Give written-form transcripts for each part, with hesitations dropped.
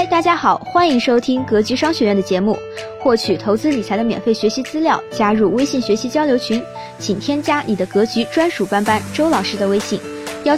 大家好，欢迎收听格局商学院的节目，获取投资理财的免费学习资料，加入微信学习交流群，请添加你的格局专属班班周老师的微信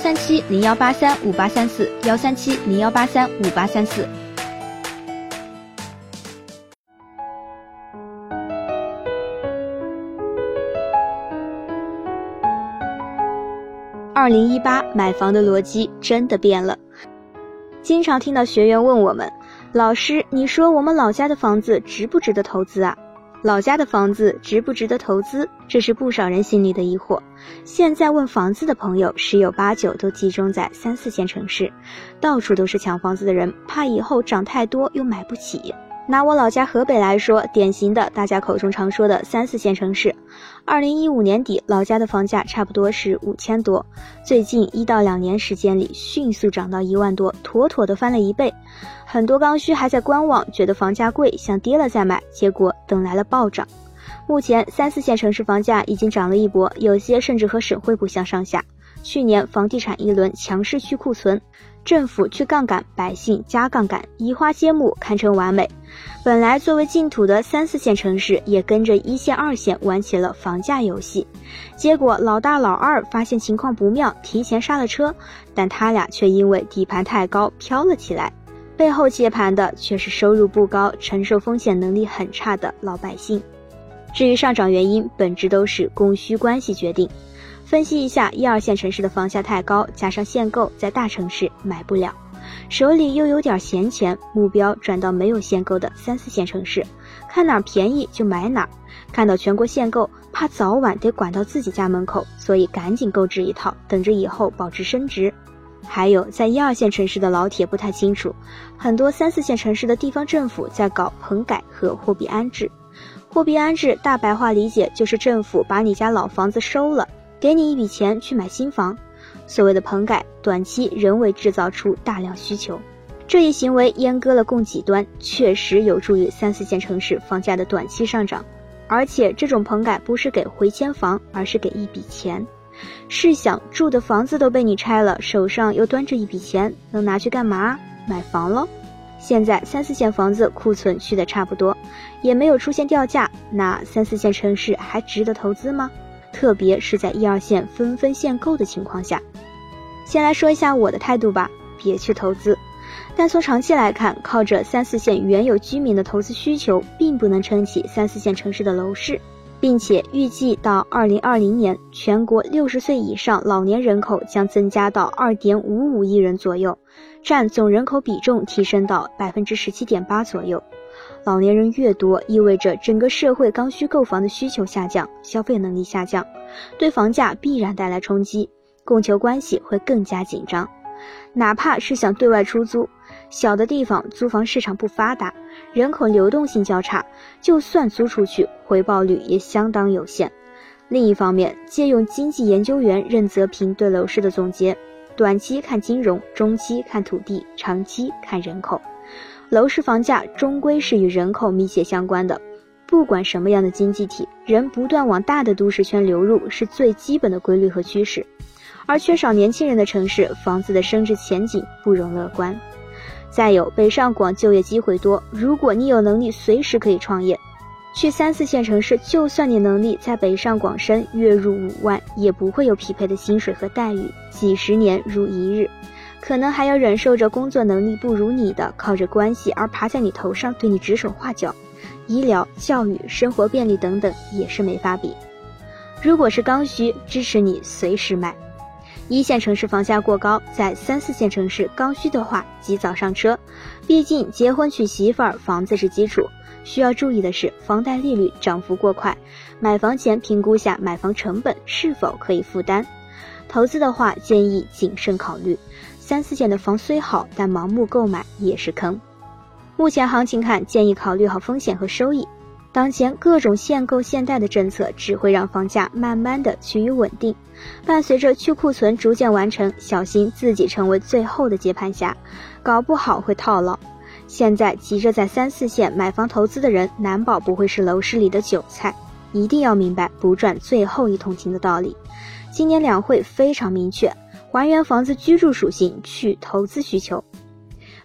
13701835834，13701835834。2018买房的逻辑真的变了。经常听到学员问我们，老师，你说我们老家的房子值不值得投资啊？老家的房子值不值得投资，这是不少人心里的疑惑。现在问房子的朋友十有八九都集中在3、4线城市，到处都是抢房子的人，怕以后涨太多又买不起。拿我老家河北来说，典型的大家口中常说的3、4线城市，2015年底老家的房价差不多是5000多，最近1到2年时间里迅速涨到1万多，妥妥的翻了1倍。很多刚需还在观望，觉得房价贵，想跌了再买，结果等来了暴涨。目前3、4线城市房价已经涨了一波，有些甚至和省会不相上下。去年房地产一轮强势去库存，政府去杠杆，百姓加杠杆，移花接木，堪称完美。本来作为净土的3、4线城市也跟着1线、2线玩起了房价游戏，结果老大老二发现情况不妙，提前刹了车，但他俩却因为底盘太高飘了起来，背后接盘的却是收入不高、承受风险能力很差的老百姓。至于上涨原因，本质都是供需关系决定。分析一下1、2线城市的房价太高，加上限购，在大城市买不了，手里又有点闲钱，目标转到没有限购的3、4线城市，看哪儿便宜就买哪儿，看到全国限购，怕早晚得管到自己家门口，所以赶紧购置一套，等着以后保值升值。还有在1、2线城市的老铁不太清楚，很多3、4线城市的地方政府在搞棚改和货币安置。货币安置大白话理解就是政府把你家老房子收了，给你一笔钱去买新房。所谓的棚改，短期人为制造出大量需求，这一行为阉割了供给端，确实有助于3、4线城市房价的短期上涨。而且这种棚改不是给回迁房，而是给一笔钱。试想，住的房子都被你拆了，手上又端着一笔钱，能拿去干嘛？买房咯。现在3、4线房子库存去的差不多，也没有出现掉价，那3、4线城市还值得投资吗？特别是在1、2线纷纷限购的情况下。先来说一下我的态度吧，别去投资。但从长期来看，靠着3、4线原有居民的投资需求，并不能撑起3、4线城市的楼市，并且预计到2020年，全国60岁以上老年人口将增加到2.55亿人左右，占总人口比重提升到17.8%左右。老年人越多，意味着整个社会刚需购房的需求下降，消费能力下降，对房价必然带来冲击，供求关系会更加紧张。哪怕是想对外出租，小的地方租房市场不发达，人口流动性较差，就算租出去，回报率也相当有限。另一方面，借用经济研究员任泽平对楼市的总结，短期看金融，中期看土地，长期看人口。楼市房价终归是与人口密切相关的，不管什么样的经济体，人不断往大的都市圈流入是最基本的规律和趋势，而缺少年轻人的城市，房子的升值前景不容乐观。再有，北上广就业机会多，如果你有能力随时可以创业。去3、4线城市，就算你能力在北上广深月入5万，也不会有匹配的薪水和待遇，几十年如一日，可能还要忍受着工作能力不如你的靠着关系而爬在你头上对你指手画脚，医疗、教育、生活便利等等也是没法比。如果是刚需，支持你随时买。1线城市房价过高，在3、4线城市刚需的话，及早上车。毕竟结婚娶媳妇儿，房子是基础。需要注意的是，房贷利率涨幅过快，买房前评估下买房成本是否可以负担。投资的话，建议谨慎考虑。3、4线的房虽好，但盲目购买也是坑。目前行情看，建议考虑好风险和收益。当前各种限购限贷的政策只会让房价慢慢的趋于稳定，伴随着去库存逐渐完成，小心自己成为最后的接盘侠，搞不好会套牢。现在急着在3、4线买房投资的人，难保不会是楼市里的韭菜，一定要明白不赚最后一桶金的道理。今年两会非常明确，还原房子居住属性，去投资需求。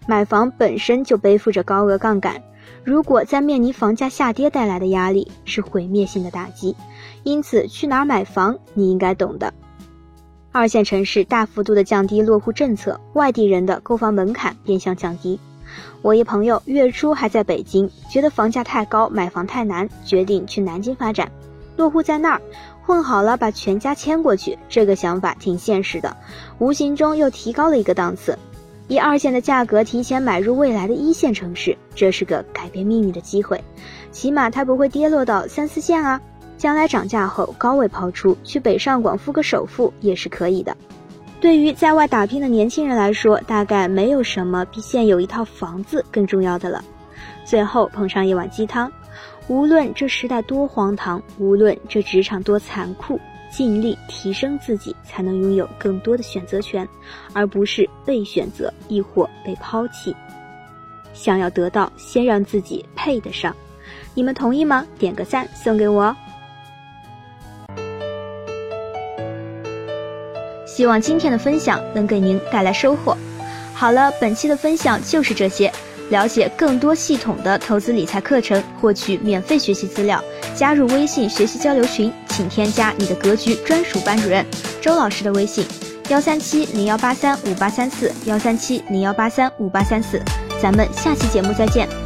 买房本身就背负着高额杠杆，如果再面临房价下跌带来的压力，是毁灭性的打击。因此，去哪儿买房，你应该懂的。二线城市大幅度的降低落户政策，外地人的购房门槛变相降低。我一朋友月初还在北京，觉得房价太高，买房太难，决定去南京发展，落户在那儿，混好了把全家迁过去。这个想法挺现实的，无形中又提高了一个档次。以二线的价格提前买入未来的一线城市，这是个改变命运的机会，起码它不会跌落到3、4线啊。将来涨价后高位抛出，去北上广付个首付也是可以的。对于在外打拼的年轻人来说，大概没有什么比现有一套房子更重要的了。最后捧上一碗鸡汤，无论这时代多荒唐，无论这职场多残酷，尽力提升自己，才能拥有更多的选择权，而不是被选择亦或被抛弃。想要得到，先让自己配得上。你们同意吗？点个赞送给我哦。希望今天的分享能给您带来收获。好了，本期的分享就是这些。了解更多系统的投资理财课程，获取免费学习资料，加入微信学习交流群，请添加你的格局专属班主任周老师的微信：13701835834，13701835834。咱们下期节目再见。